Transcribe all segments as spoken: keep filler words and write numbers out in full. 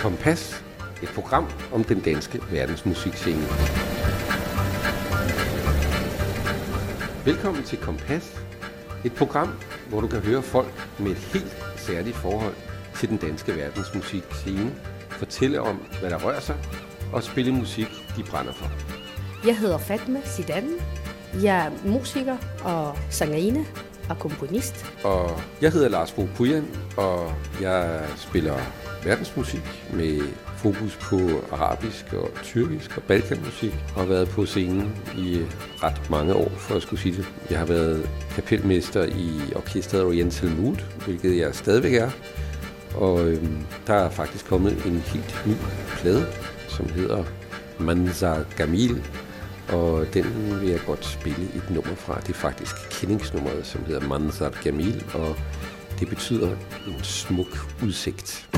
Kompas, et program om den danske verdensmusikscene. Velkommen til Kompas, et program, hvor du kan høre folk med et helt særligt forhold til den danske verdensmusikscene, fortælle om, hvad der rører sig, og spille musik, de brænder for. Jeg hedder Fatma Zidane. Jeg er musiker og sangerinde og komponist. Og jeg hedder Lars Bo Pujan, og jeg spiller verdensmusik med fokus på arabisk og tyrkisk og balkanmusik, og har været på scenen i ret mange år, for at skulle sige det. Jeg har været kapelmester i orkestret Oriental Mood, hvilket jeg stadigvæk er. Og øhm, der er faktisk kommet en helt ny plade, som hedder Manzar Gamil, og den vil jeg godt spille et nummer fra. Det er faktisk kendingsnummeret, som hedder Manzar Gamil, og det betyder en smuk udsigt.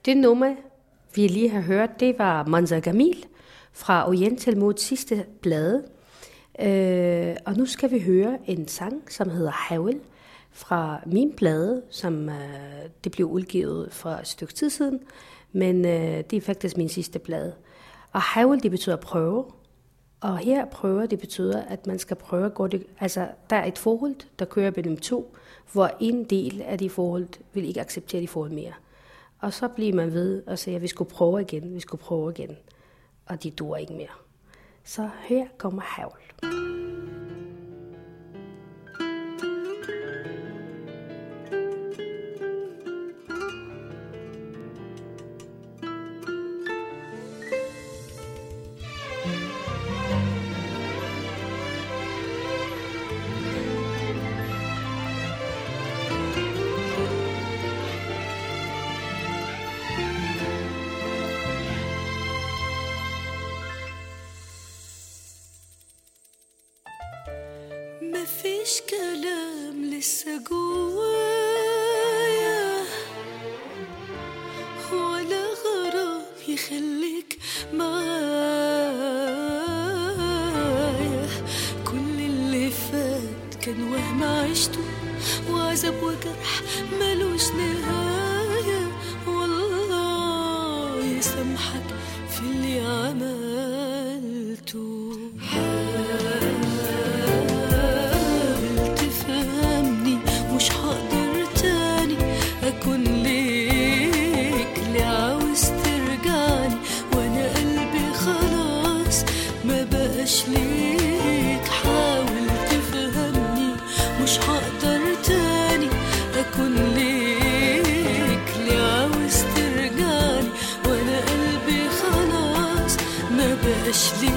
Det nummer, vi lige har hørt, det var Manzar Gamil fra Oriental Mods sidste plade. Øh, og nu skal vi høre en sang, som hedder Havel, fra min plade, som øh, det blev udgivet for et stykke tid siden. Men øh, det er faktisk min sidste plade. Og Havel, det betyder prøve. Og her prøver, det betyder, at man skal prøve at gå det. Altså, der er et forhold, der kører mellem to, hvor en del af de forhold vil ikke acceptere de forhold mere. Og så bliver man ved og siger, at vi skulle prøve igen, vi skulle prøve igen. Og de duer ikke mere. Så her kommer Havel. مفيش كلام لسه جوايا ولا غرام يخليك معايا. كل اللي فات كان وهم عشته وعذاب وجرح ملوش نهاية. والله يسامحك في اللي عملته. أكون ليك اللي عاوز ترجعني وأنا قلبي خلاص ما بقاش ليك. حاول تفهمني مش هقدر تاني أكون ليك اللي عاوز ترجعني وأنا قلبي خلاص ما بقاش ليك.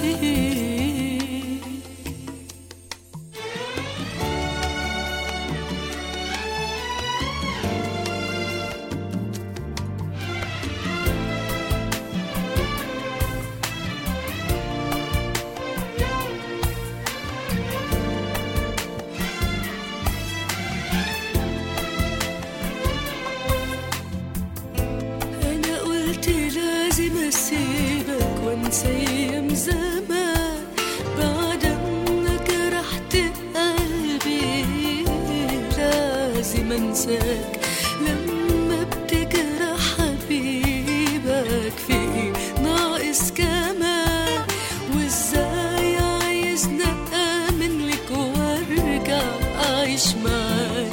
أيام زمان بعد ما جرحت قلبي لازم أنساك. لما بتجرح حبيبك في ناقص كمان. وإزاي عايزنا أأمن لك وأرجع أعيش معاك.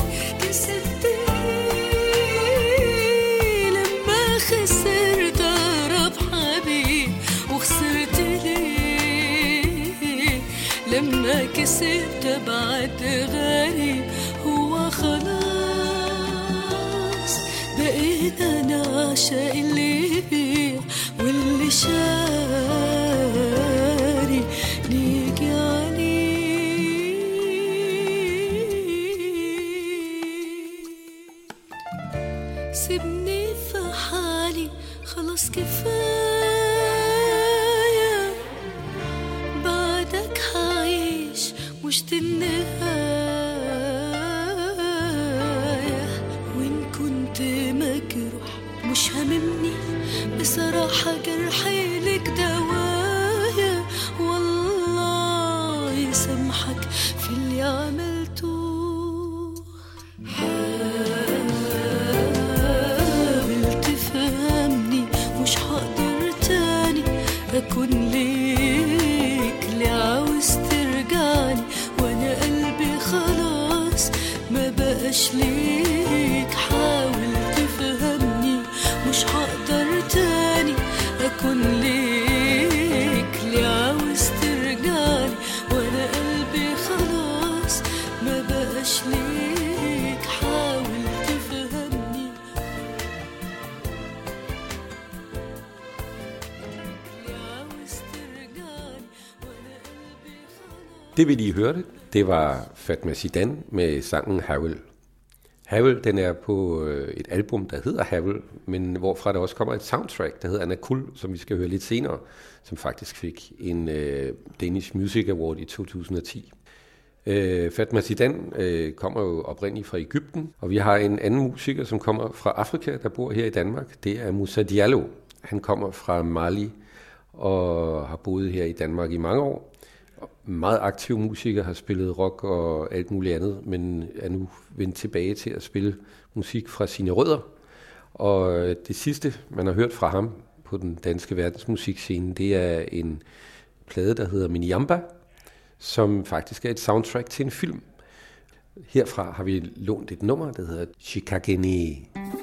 كسبتني لما خسرت أقرب حبيب وخسرت ليه لما كسبت بعد غريب. هو خلاص بقينا نعشق اللي يبيع واللي شاري نيجي عليه. سيبني في حالي خلاص كفاية. بعدك هعيش مش دي النهاية. وإن كنت مجروح مش هاممني بصراحة جرحي لك دوايا. والله يسامحك في اللي عملته. حاول تفهمني مش هقدر تاني أكون ليك اللي عاوز ترجعني وأنا قلبي خلاص ما بقاش ليك. حاول تفهمني مش هقدر تاني أكون ليك اللي عاوز ترجعني وأنا قلبي خلاص ما بقاش ليك. حاول تفهمني. Det vi lige hørte, det var Fatma Sidan med sangen Havel. Havel, den er på et album, der hedder Havel, men hvorfra der også kommer et soundtrack, der hedder Anakul, som vi skal høre lidt senere, som faktisk fik en uh, Danish Music Award i to tusind og ti. Øh, Fatma Zidane øh, kommer jo oprindeligt fra Egypten, og vi har en anden musiker, som kommer fra Afrika, der bor her i Danmark. Det er Moussa Diallo. Han kommer fra Mali og har boet her i Danmark i mange år. Meget aktiv musiker, har spillet rock og alt muligt andet, men er nu vendt tilbage til at spille musik fra sine rødder. Og det sidste, man har hørt fra ham på den danske verdensmusikscene, det er en plade, der hedder Miniamba, som faktisk er et soundtrack til en film. Herfra har vi lånt et nummer, der hedder Chikagene.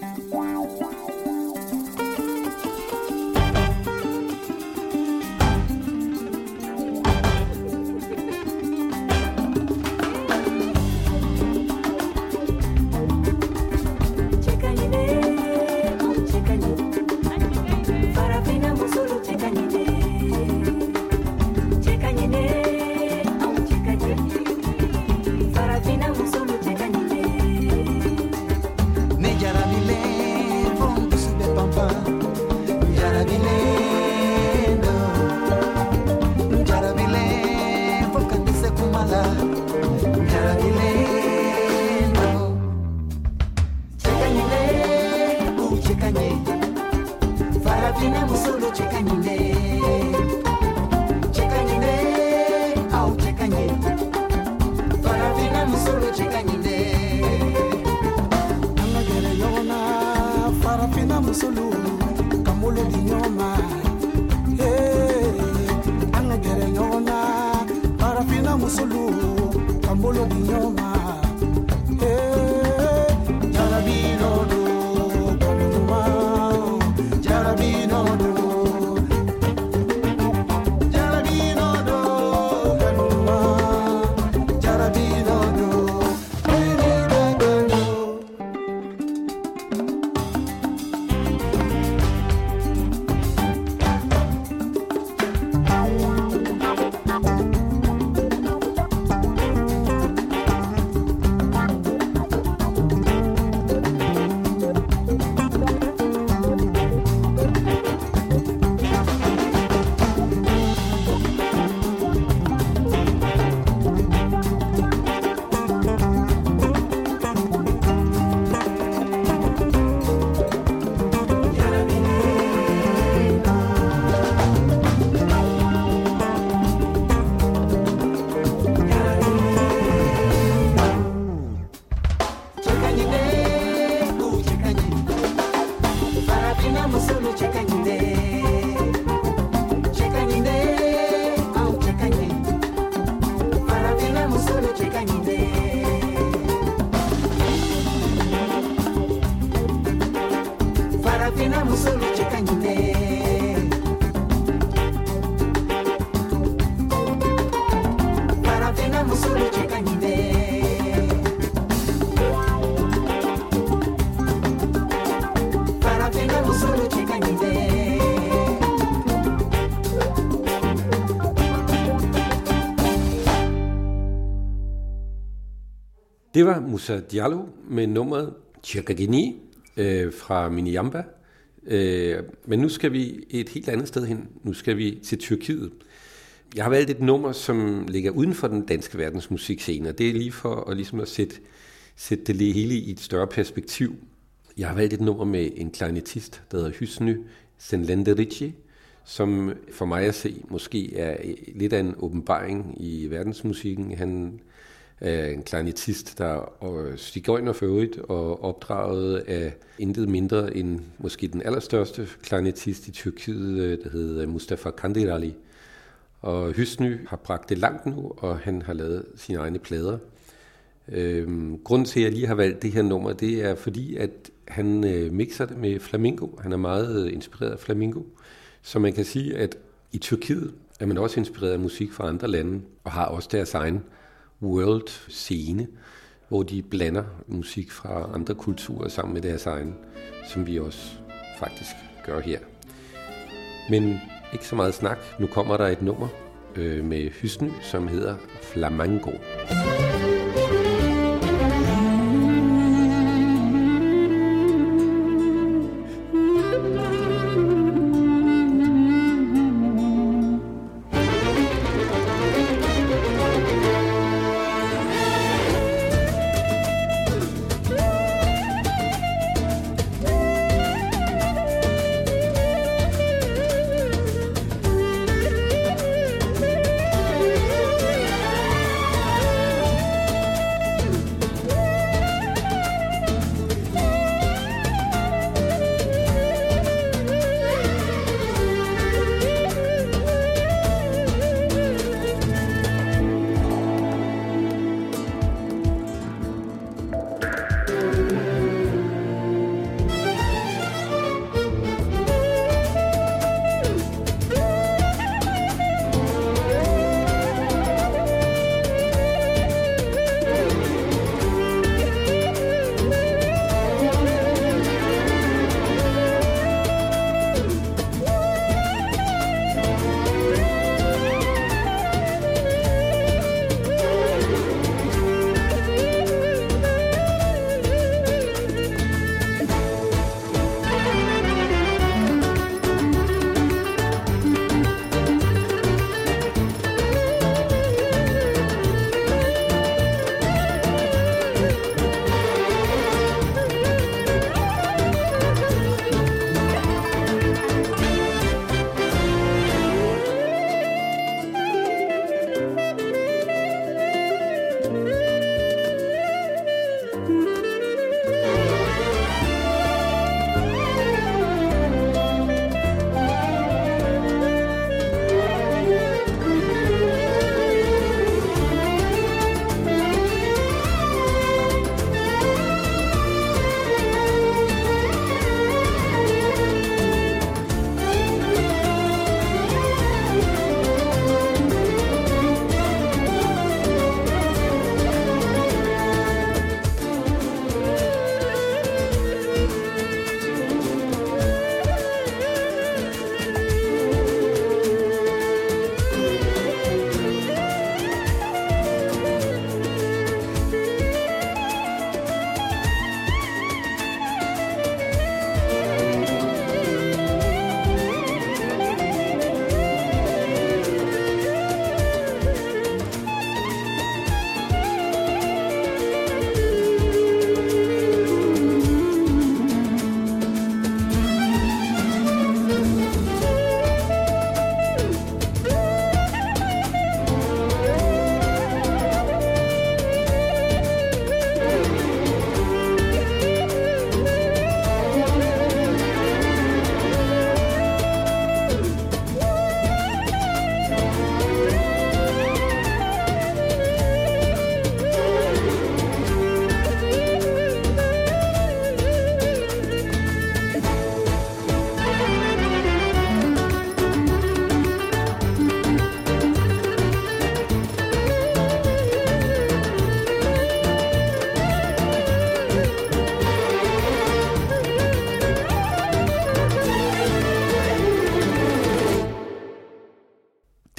Det var Moussa Diallo med nummeret Chikagene øh, fra Miniamba. Øh, men nu skal vi et helt andet sted hen. Nu skal vi til Tyrkiet. Jeg har valgt et nummer, som ligger uden for den danske verdensmusikscene, og det er lige for at, ligesom at sætte, sætte det hele i et større perspektiv. Jeg har valgt et nummer med en klarinettist, der hedder Hüsnü Senlenderici, som for mig at se måske er lidt af en åbenbaring i verdensmusikken. Han er en klarinettist, der er sigøjner for øvrigt og opdraget af intet mindre end måske den allerstørste klarinettist i Tyrkiet, der hedder Mustafa Kandirali. Og Hüsnü har bragt det langt nu, og han har lavet sine egne plader. Øhm, grunden til, at jeg lige har valgt det her nummer, det er fordi, at han øh, mixer det med flamenco. Han er meget øh, inspireret af flamenco. Så man kan sige, at i Tyrkiet er man også inspireret af musik fra andre lande, og har også deres egen world-scene, hvor de blander musik fra andre kulturer sammen med deres egen, som vi også faktisk gør her. Men ikke så meget snak. Nu kommer der et nummer øh, med Hüsnü, som hedder Flamenco.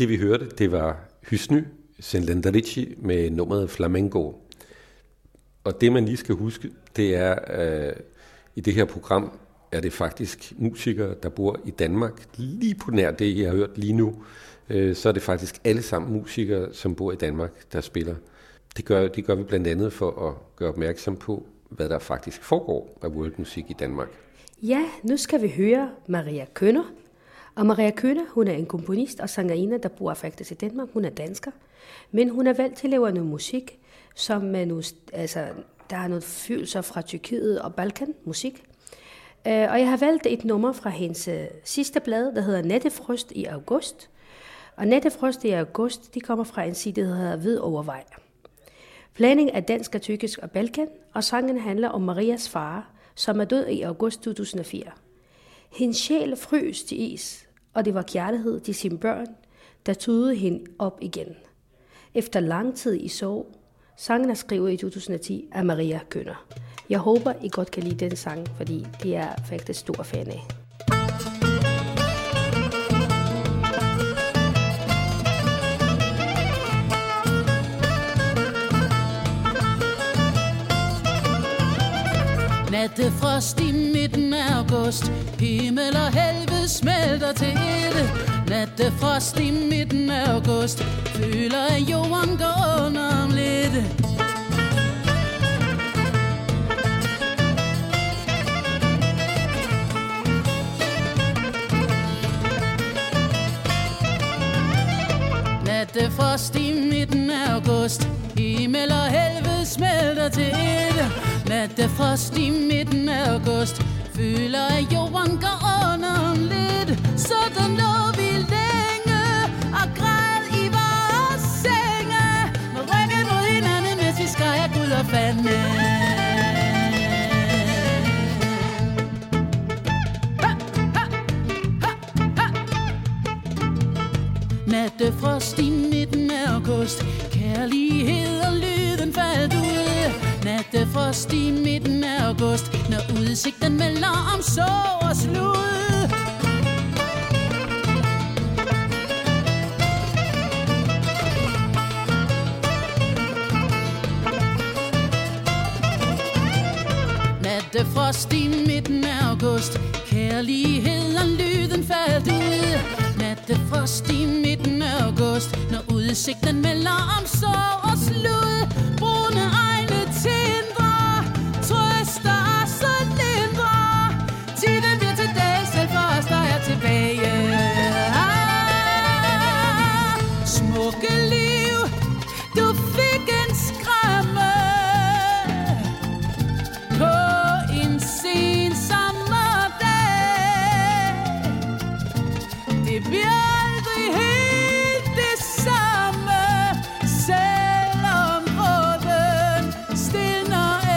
Det vi hørte, det var Hysny Senlenderici med nummeret Flamengo. Og det man lige skal huske, det er, øh, i det her program, er det faktisk musikere, der bor i Danmark. Lige på nær det, jeg har hørt lige nu, øh, så er det faktisk alle sammen musikere, som bor i Danmark, der spiller. Det gør, det gør vi blandt andet for at gøre opmærksom på, hvad der faktisk foregår af worldmusik i Danmark. Ja, nu skal vi høre Maria Køhner. Og Maria Køhner, hun er en komponist og sangerinde, der bor faktisk i Danmark. Hun er dansker, men hun er valgt til at lave noget musik, som er nu, altså, der har noget følelser fra Tyrkiet og Balkan musik. Uh, og jeg har valgt et nummer fra hendes uh, sidste blad, der hedder Nattefrost i august. Og Nattefrost i august, de kommer fra en side, der hedder Ved Overvej. Blanding er dansk og tyrkisk og Balkan, og sangen handler om Marias far, som er død i august to tusind og fire. Hendes sjæl frøs til is, og det var kærlighed til sine børn, der tudede hende op igen. Efter lang tid i sorg, sangen er skrevet i to tusind og ti af Maria Køhner. Jeg håber, I godt kan lide den sang, fordi det er faktisk stor fan af. Nattefrost i midten af august, himmel og helvede smelter til elde. Nattefrost i midten af august, føler at jorden går under om lidt. Nattefrost i midten af august, himmel og helvede smelter til elde. Nattefrost i midten af august, føler at jorden går under om lidt. Sådan lå vi længe og græd i vores senge, med ryggen mod hinanden, mens vi skreg af Gud og fanden. Nattefrost i midten af august, kærlighed og lyden faldt ud. Nattefrost i midten af august, når udsigten melder om sorg og slud. Nattefrost i midten af august, kærlighed og lyden faldt ud. Nattefrost i midten af august, når udsigten melder om sorg og slud. Brune egne tindre, trøster os og lindrer. Tiden bliver til dag, selv for os, der er tilbage. Ah, smukke liv, du fik en skræmme på en sen sommerdag. Det bliver aldrig helt det samme, selvom gråden stilner af.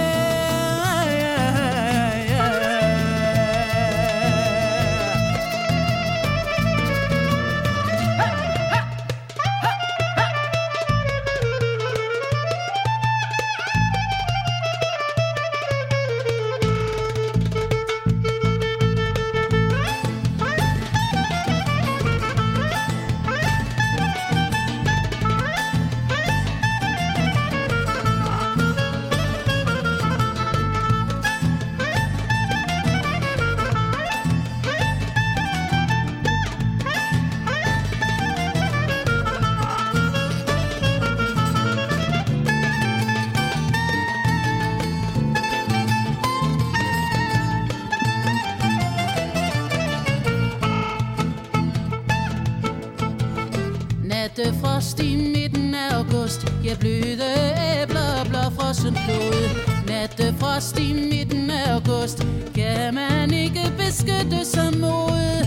Nattefrost i midten af august, ja, bløde æbler og blåfrossen blod. Nattefrost i midten af august, kan man ikke beskytte sig mod.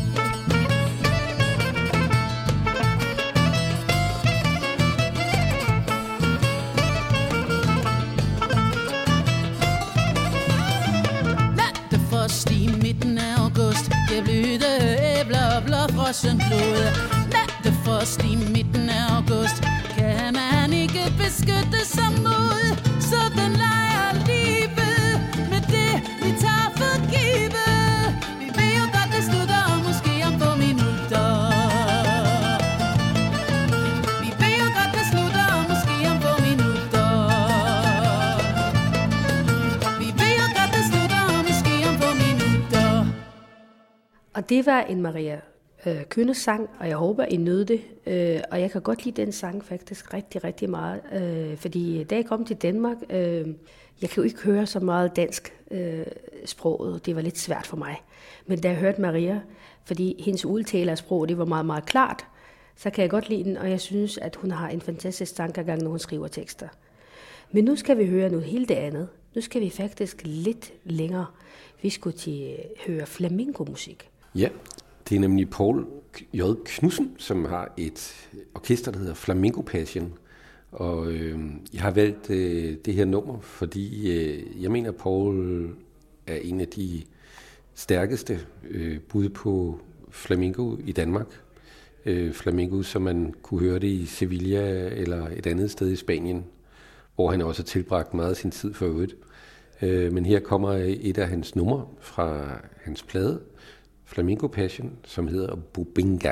Nattefrost i midten af august, ja, bløde æbler og blåfrossen blod. Nattefrost i midten af august, kan man ikke beskytte sig mod. Så den leger livet med det, vi tager for givet. Vi ved jo godt, det slutter om måske om få minutter. Og det var en Maria øh, Kønes sang, og jeg håber, I nød det. Øh, og jeg kan godt lide den sang faktisk rigtig, rigtig meget. Øh, fordi da jeg kom til Danmark, øh, jeg kan jo ikke høre så meget dansk øh, sproget. Det var lidt svært for mig. Men da jeg hørte Maria, fordi hendes udtale af sprog, det var meget, meget klart, så kan jeg godt lide den, og jeg synes, at hun har en fantastisk tankegang, når hun skriver tekster. Men nu skal vi høre noget helt andet. Nu skal vi faktisk lidt længere. Vi skulle til høre flamenco-musik. Ja, det er nemlig Poul J. Knudsen, som har et orkester, der hedder Flamenco Passion. Og øh, jeg har valgt øh, det her nummer, fordi øh, jeg mener, at Poul er en af de stærkeste øh, bud på flamenco i Danmark. Øh, flamenco, som man kunne høre det i Sevilla eller et andet sted i Spanien, hvor han også har tilbragt meget af sin tid for øvrigt. Øh, men her kommer et af hans numre fra hans plade, Flamenco Passion, som hedder Bubinga.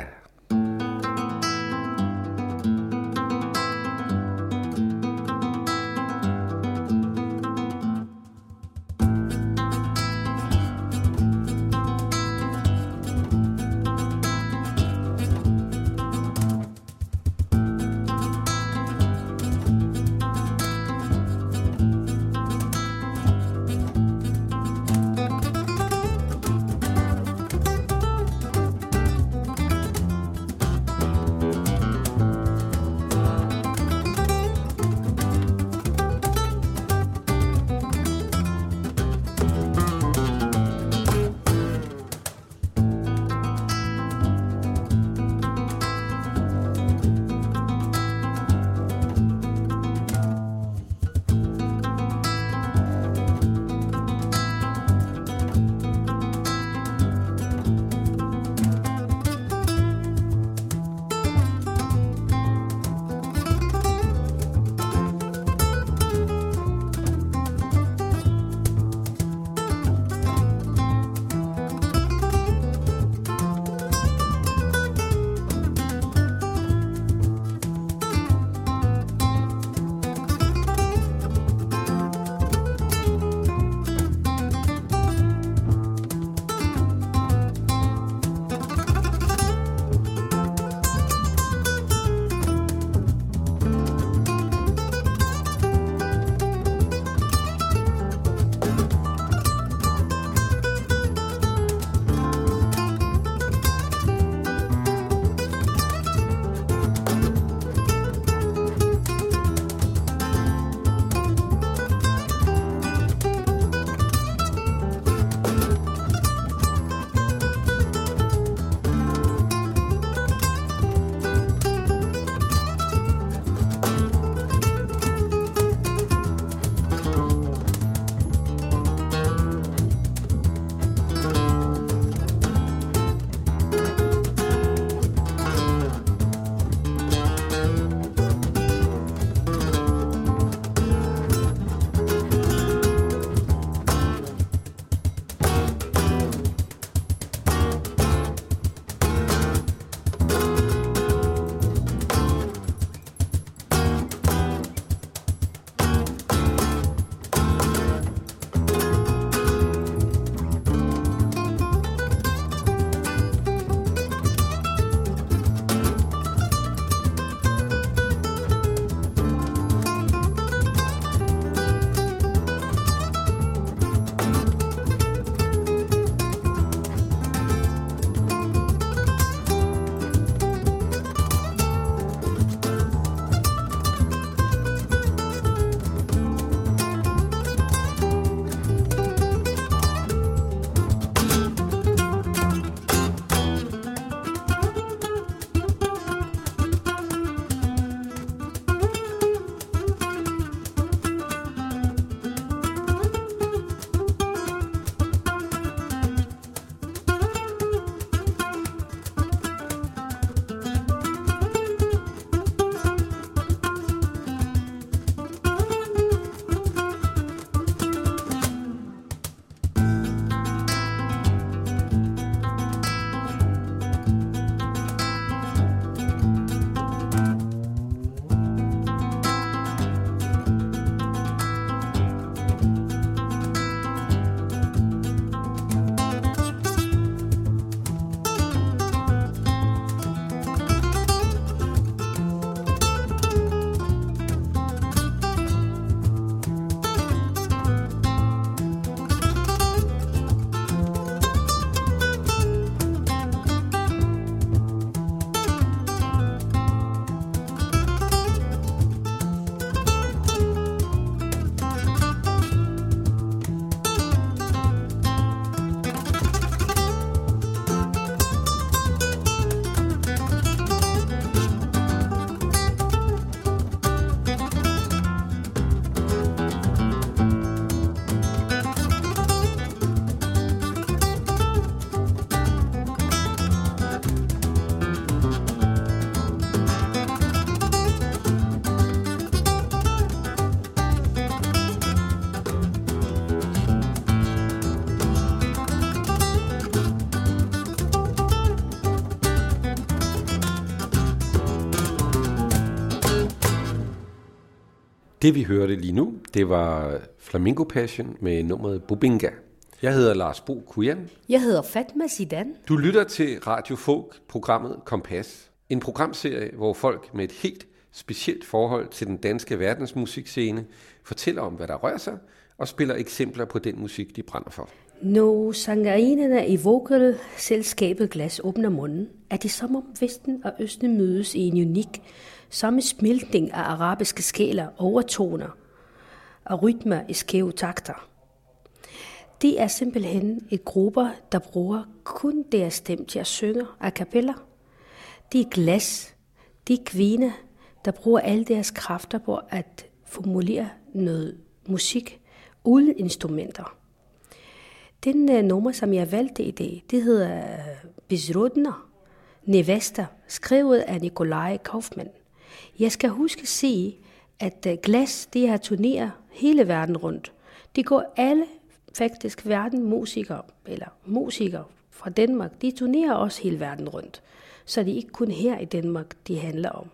Det vi hørte lige nu, det var Flamingo Passion med nummeret Bobinga. Jeg hedder Lars Bo Kujan. Jeg hedder Fatma Zidane. Du lytter til Radio Folk, programmet Kompas. En programserie, hvor folk med et helt specielt forhold til den danske verdensmusikscene fortæller om, hvad der rører sig, og spiller eksempler på den musik, de brænder for. Når sangerinerne i vokalselskabet Glas åbner munden, er det som om Vesten og Østen mødes i en unik sammensmeltning af arabiske skæler, overtoner og rytmer i skæve takter. Det er simpelthen et grupper, der bruger kun deres stemme til at synge a cappella. Det er Glas, det er kvinder, der bruger alle deres kræfter på at formulere noget musik uden instrumenter. Den uh, nummer, som jeg valgte i dag, det hedder uh, Bezrodna Nevesta, skrevet af Nikolaj Kaufmann. Jeg skal huske at sige, at uh, Glas, det har turnerer hele verden rundt. Det går alle faktisk verden musikere, eller musikere fra Danmark, de turnerer også hele verden rundt. Så det er ikke kun her i Danmark, de handler om.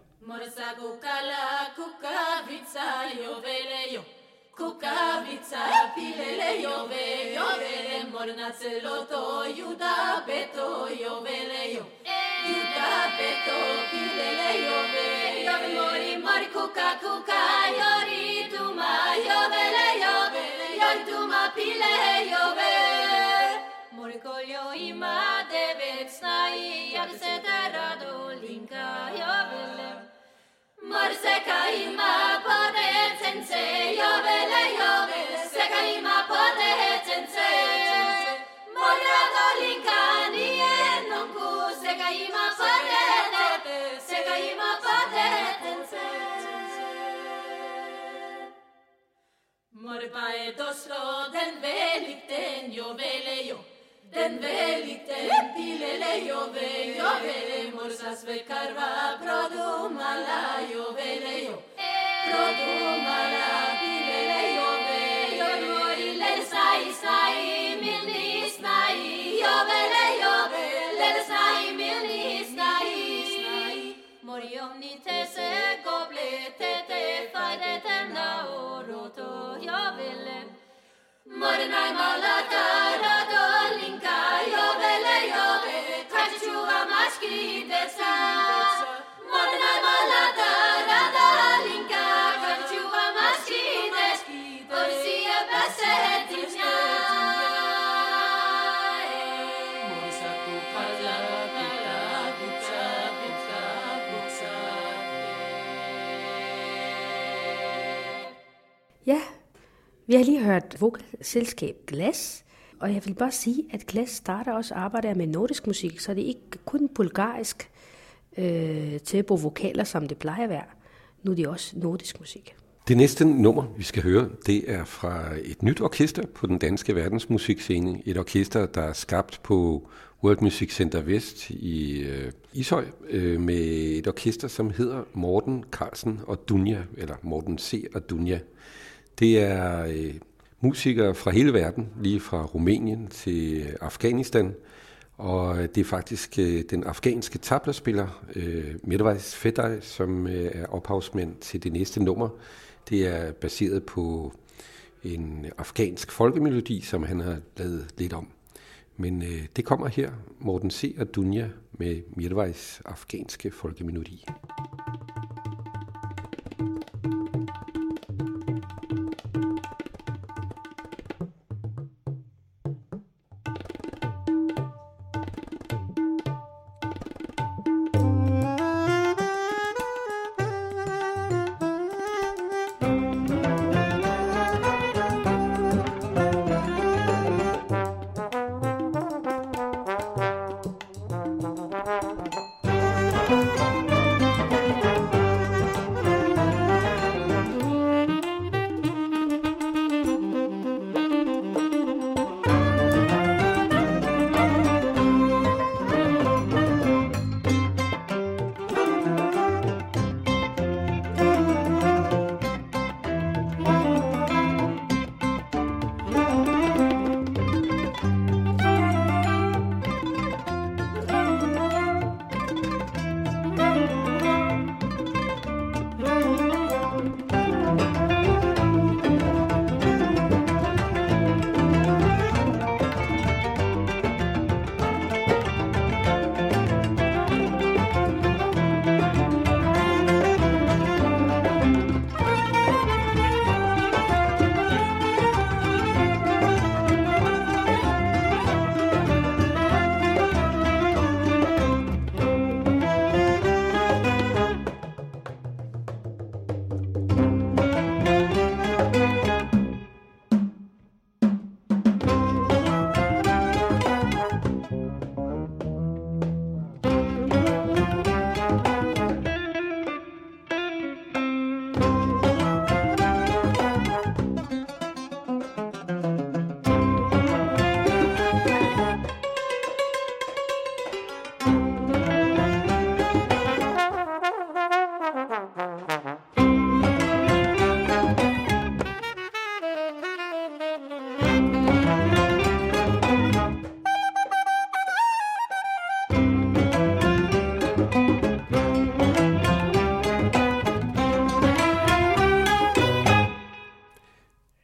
Kukavica, pilele, jove, jovele, mornacelo to, juda, beto, jovele, jo. Juda, beto, pilele, jove, jove, mori, mori, kuka, kuka, jori, tuma, jovele, jove, jori, tuma, pile, jove. Mori, koljo, ima, devet, snai, jak se te rado, linka, jovele. Mor seka ima potense, jovele, jovele, seka ima potense. Mor radolinka nije nonku, seka ima potense, seka ima potense. Mor pa je došlo den velik den, jovele, jo. Den velik den, pilele, jove, jovele, mor sa sve karva produmala, jovele, jo. Produmala, pilele, jove, jove, mori, lede snai, snai, milni, snai, jovele, jove, lede snai, milni, snai, snai. Mori omni te se goble, te te fajde temna oroto, jovele. Mori nai malata, radolinka, jovele, jove, kaže čuva maški deca. Mori nai malata, radolinka, kaže čuva maški deca. Mori si je besedinja. Mori sa kukaza, pita, pita, pita, pita. Ja, vi har lige hørt vokalselskab Glas, og jeg vil bare sige, at Glas starter også arbejder med nordisk musik, så det er ikke kun bulgarisk øh, tempo vokaler, som det plejer at være. Nu er det også nordisk musik. Det næste nummer, vi skal høre, det er fra et nyt orkester på den danske verdensmusikscene. Et orkester, der er skabt på World Music Center Vest i øh, Ishøj, øh, med et orkester, som hedder Morten Carlsen og Dunja, eller Morten C. og Dunja. Det er øh, musikere fra hele verden, lige fra Rumænien til Afghanistan, og det er faktisk øh, den afghanske tablaspiller, øh, Mirwais Fedai, som øh, er ophavsmand til det næste nummer. Det er baseret på en afghansk folkemelodi, som han har lavet lidt om. Men øh, det kommer her, Morten C. og Dunja med Mirwais afghanske folkemelodi.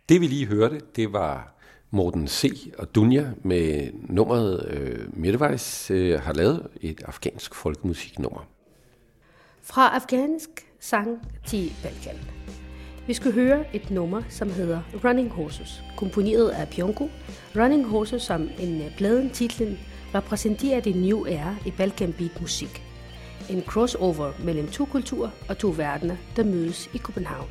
Det vi lige hørte, det var Morten C. og Dunja med nummeret øh, Midtvejs øh, har lavet et afghansk folkemusiknummer. Fra afghansk sang til Balkan. Vi skal høre et nummer, som hedder Running Horses, komponeret af Pionko. Running Horses, som en pladen titlen, repræsenterer det new era i Balkan beat musik. En crossover mellem to kulturer og to verdener, der mødes i København.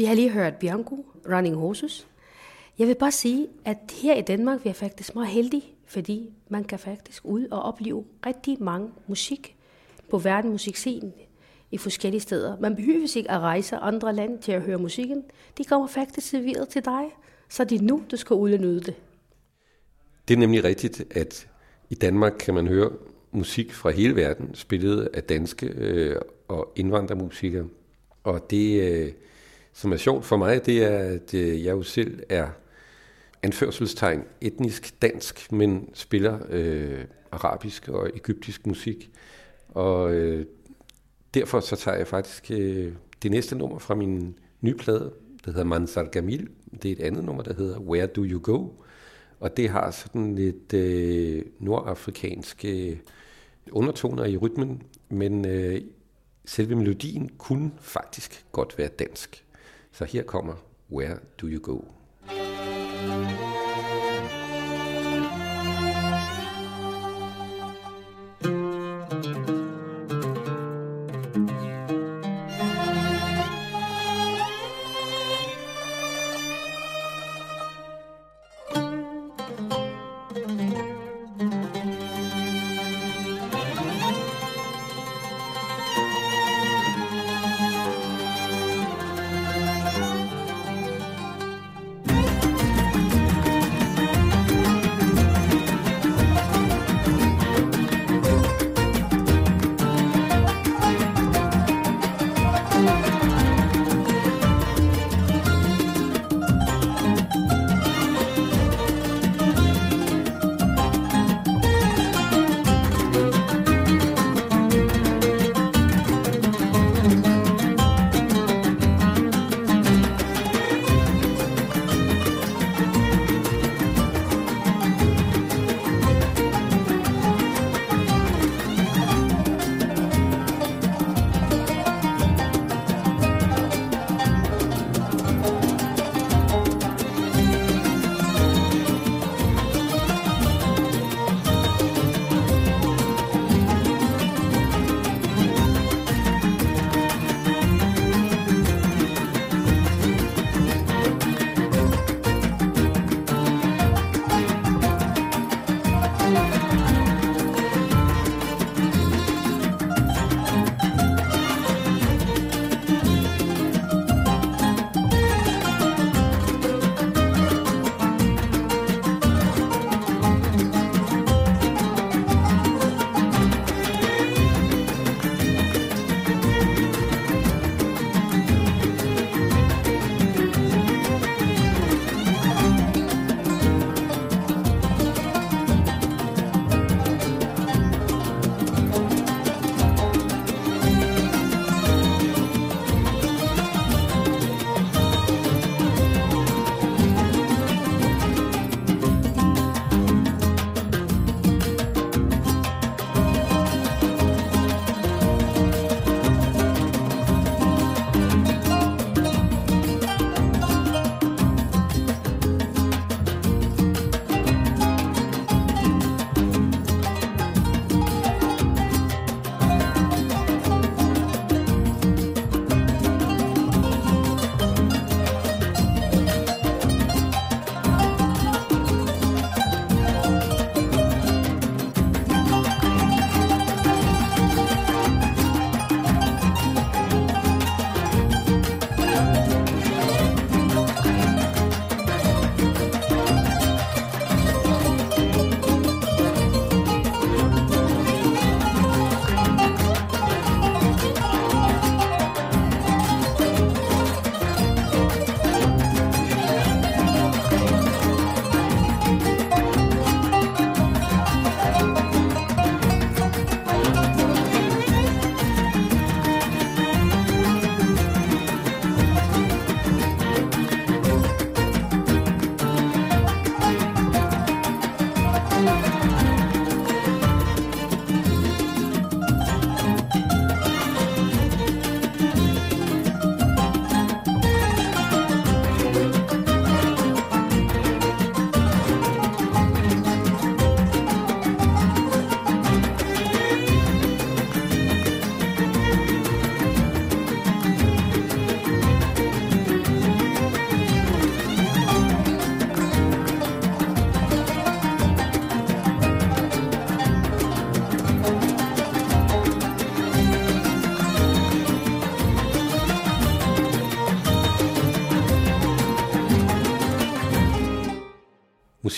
har lige hørt Bianco, Running Horses. Jeg vil bare sige, at her i Danmark vi er faktisk meget heldige, fordi man kan faktisk ud og opleve rigtig mange musik på verdensmusikscenen i forskellige steder. Man behøver ikke at rejse andre lande til at høre musikken. De kommer faktisk serveret til dig, så det er nu, du skal ud og nyde det. Det er nemlig rigtigt, at i Danmark kan man høre musik fra hele verden, spillet af danske øh, og indvandrermusikere. Og det, øh, som er sjovt for mig, det er, at øh, jeg jo selv er anførselstegn etnisk dansk, men spiller øh, arabisk og egyptisk musik. Og øh, derfor så tager jeg faktisk øh, det næste nummer fra min nye plade, der hedder Manzar Gamil. Det er et andet nummer, der hedder Where Do You Go? Og det har sådan lidt øh, nordafrikanske undertoner i rytmen, men øh, selve melodien kunne faktisk godt være dansk. Så her kommer Where Do You Go?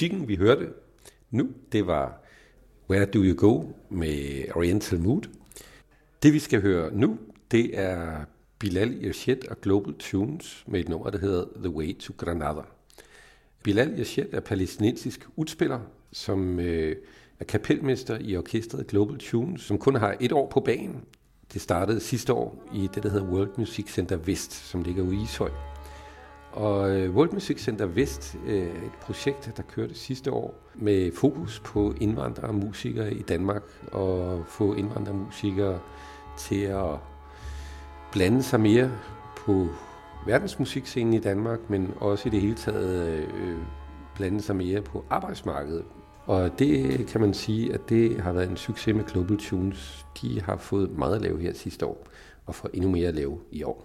musikken, vi hørte nu, det var Where Do You Go med Oriental Mood. Det vi skal høre nu, det er Bilal Irshad og Global Tunes med et nummer, der hedder The Way to Granada. Bilal Irshad er palæstinensisk udspiller, som øh, er kapelmester i orkestret Global Tunes, som kun har et år på banen. Det startede sidste år i det, der hedder World Music Center Vest, som ligger ude i Ishøj. Og øh, World Music Center Vest er øh, et projekt, der kørte sidste år med fokus på indvandrermusikere i Danmark og få indvandrermusikere til at blande sig mere på verdensmusikscenen i Danmark, men også i det hele taget øh, blande sig mere på arbejdsmarkedet. Og det kan man sige, at det har været en succes med Global Tunes. De har fået meget at lave her sidste år, og får endnu mere at lave i år.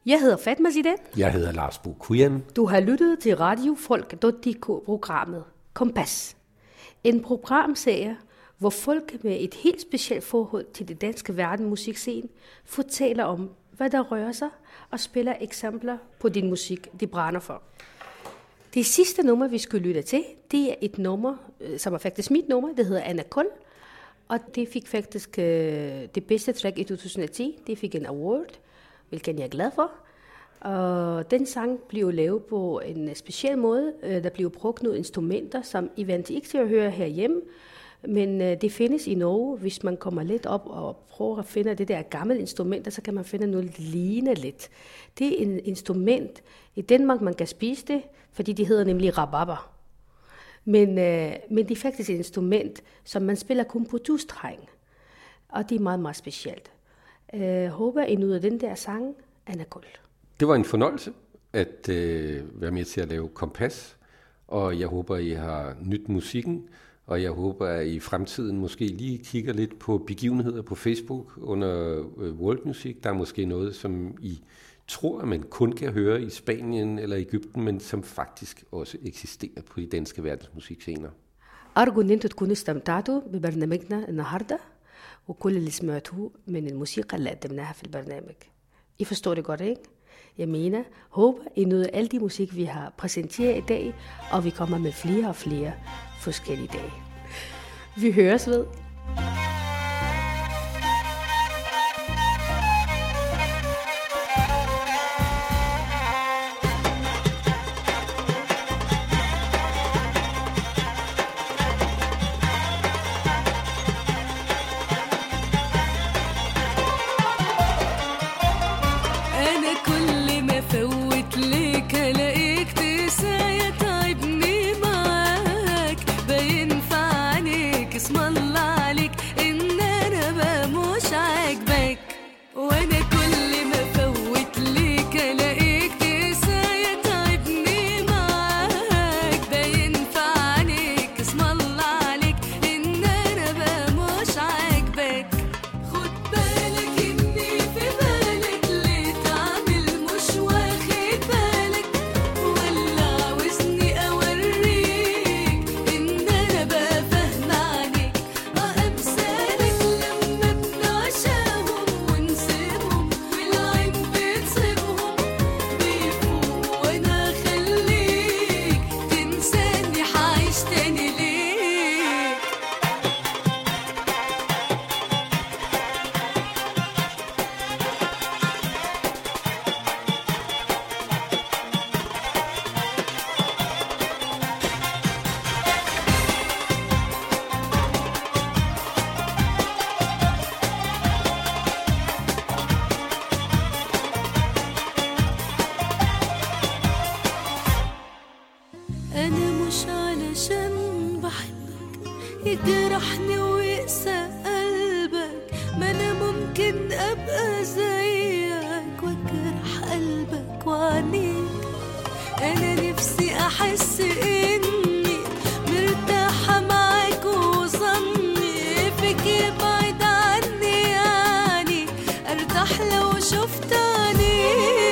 Jeg hedder Fatma Zidane. Jeg hedder Lars Bokuyan. Du har lyttet til radiofolk punktum d k-programmet Kompas. En programserie, hvor folk med et helt specielt forhold til det danske verdensmusikscene fortæller om, hvad der rører sig, og spiller eksempler på din musik, de brænder for. Det sidste nummer, vi skulle lytte til, det er et nummer, som er faktisk mit nummer, det hedder Anacol, og det fik faktisk øh, det bedste track i to tusind og ti. Det fik en award, hvilken jeg er glad for. Og den sang blev lavet på en speciel måde. Der blev brugt nogle instrumenter, som I vant ikke til at høre herhjemme, men det findes i Norge. Hvis man kommer lidt op og prøver at finde det der gamle instrumenter, så kan man finde noget lignende lidt. Det er en instrument. I Danmark man kan spise det, fordi de hedder nemlig rabarber. Men, øh, men det er faktisk et instrument, som man spiller kun på to-streng. Og det er meget, meget specielt. Jeg øh, håber, I nyder den der sang, Anacol. Det var en fornøjelse at øh, være med til at lave Kompas, og jeg håber, I har nyt musikken, og jeg håber, at I i fremtiden måske lige kigger lidt på begivenheder på Facebook under øh, World Music. Der er måske noget, som I tror, at man kun kan høre i Spanien eller Egypten, men som faktisk også eksisterer på de danske verdensmusikscener. أرجو إن أنتوا تكونوا استمتعتوا ببرنامجنا النهارده وكل اللي سمعتوه من الموسيقى اللي قدمناها في البرنامج. I forstår det godt, ikke? Jeg mener, håber I nyder alle de musik, vi har præsenteret i dag, og vi kommer med flere og flere forskellige dage. Vi høres ved. يجرحني ويقسى قلبك، ما انا ممكن ابقى زيك واجرح قلبك وعينيك. انا نفسي احس اني مرتاحة معاك وظني فيك يبعد عني، يعني ارتاح لو شفت عينيك.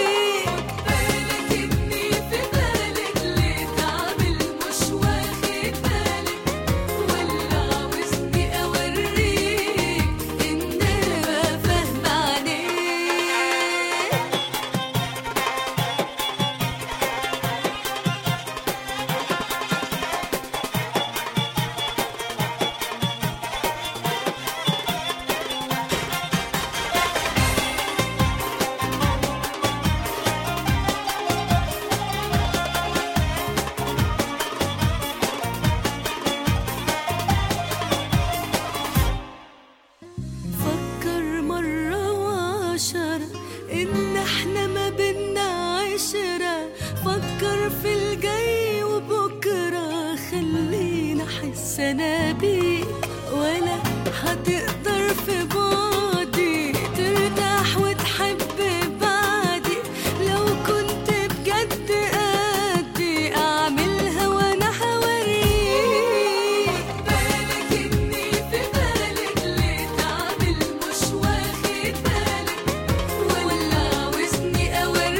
إن احنا ما بينا عشرة، فكر في الجاي وبكرة، خلينا أحس أنا بيك ولا هتقدر في بعدي ترتاح وتحب بعدي. لو كنت بجد قدي أعملها وأنا هوريك. بالك إني في بالك ليه تعمل مش واخد بالك، ولا عاوزني أوريك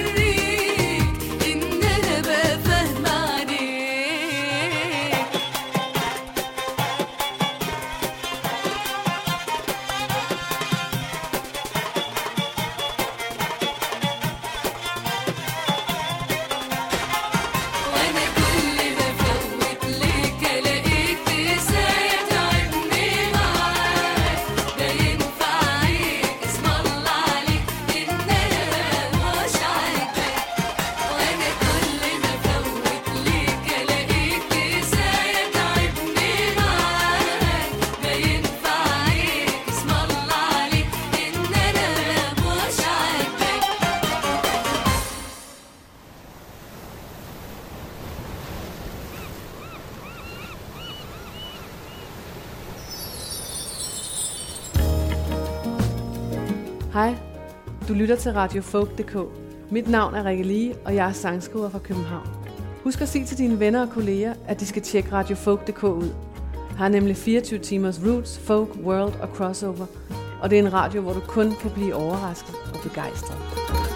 Hej, du lytter til Radio Folk punktum d k. Mit navn er Rikke Lie, og jeg er sangskriver fra København. Husk at sige til dine venner og kolleger, at de skal tjekke Radio Folk punktum d k ud. Jeg har nemlig fireogtyve timers roots, folk, world og crossover, og det er en radio, hvor du kun kan blive overrasket og begejstret.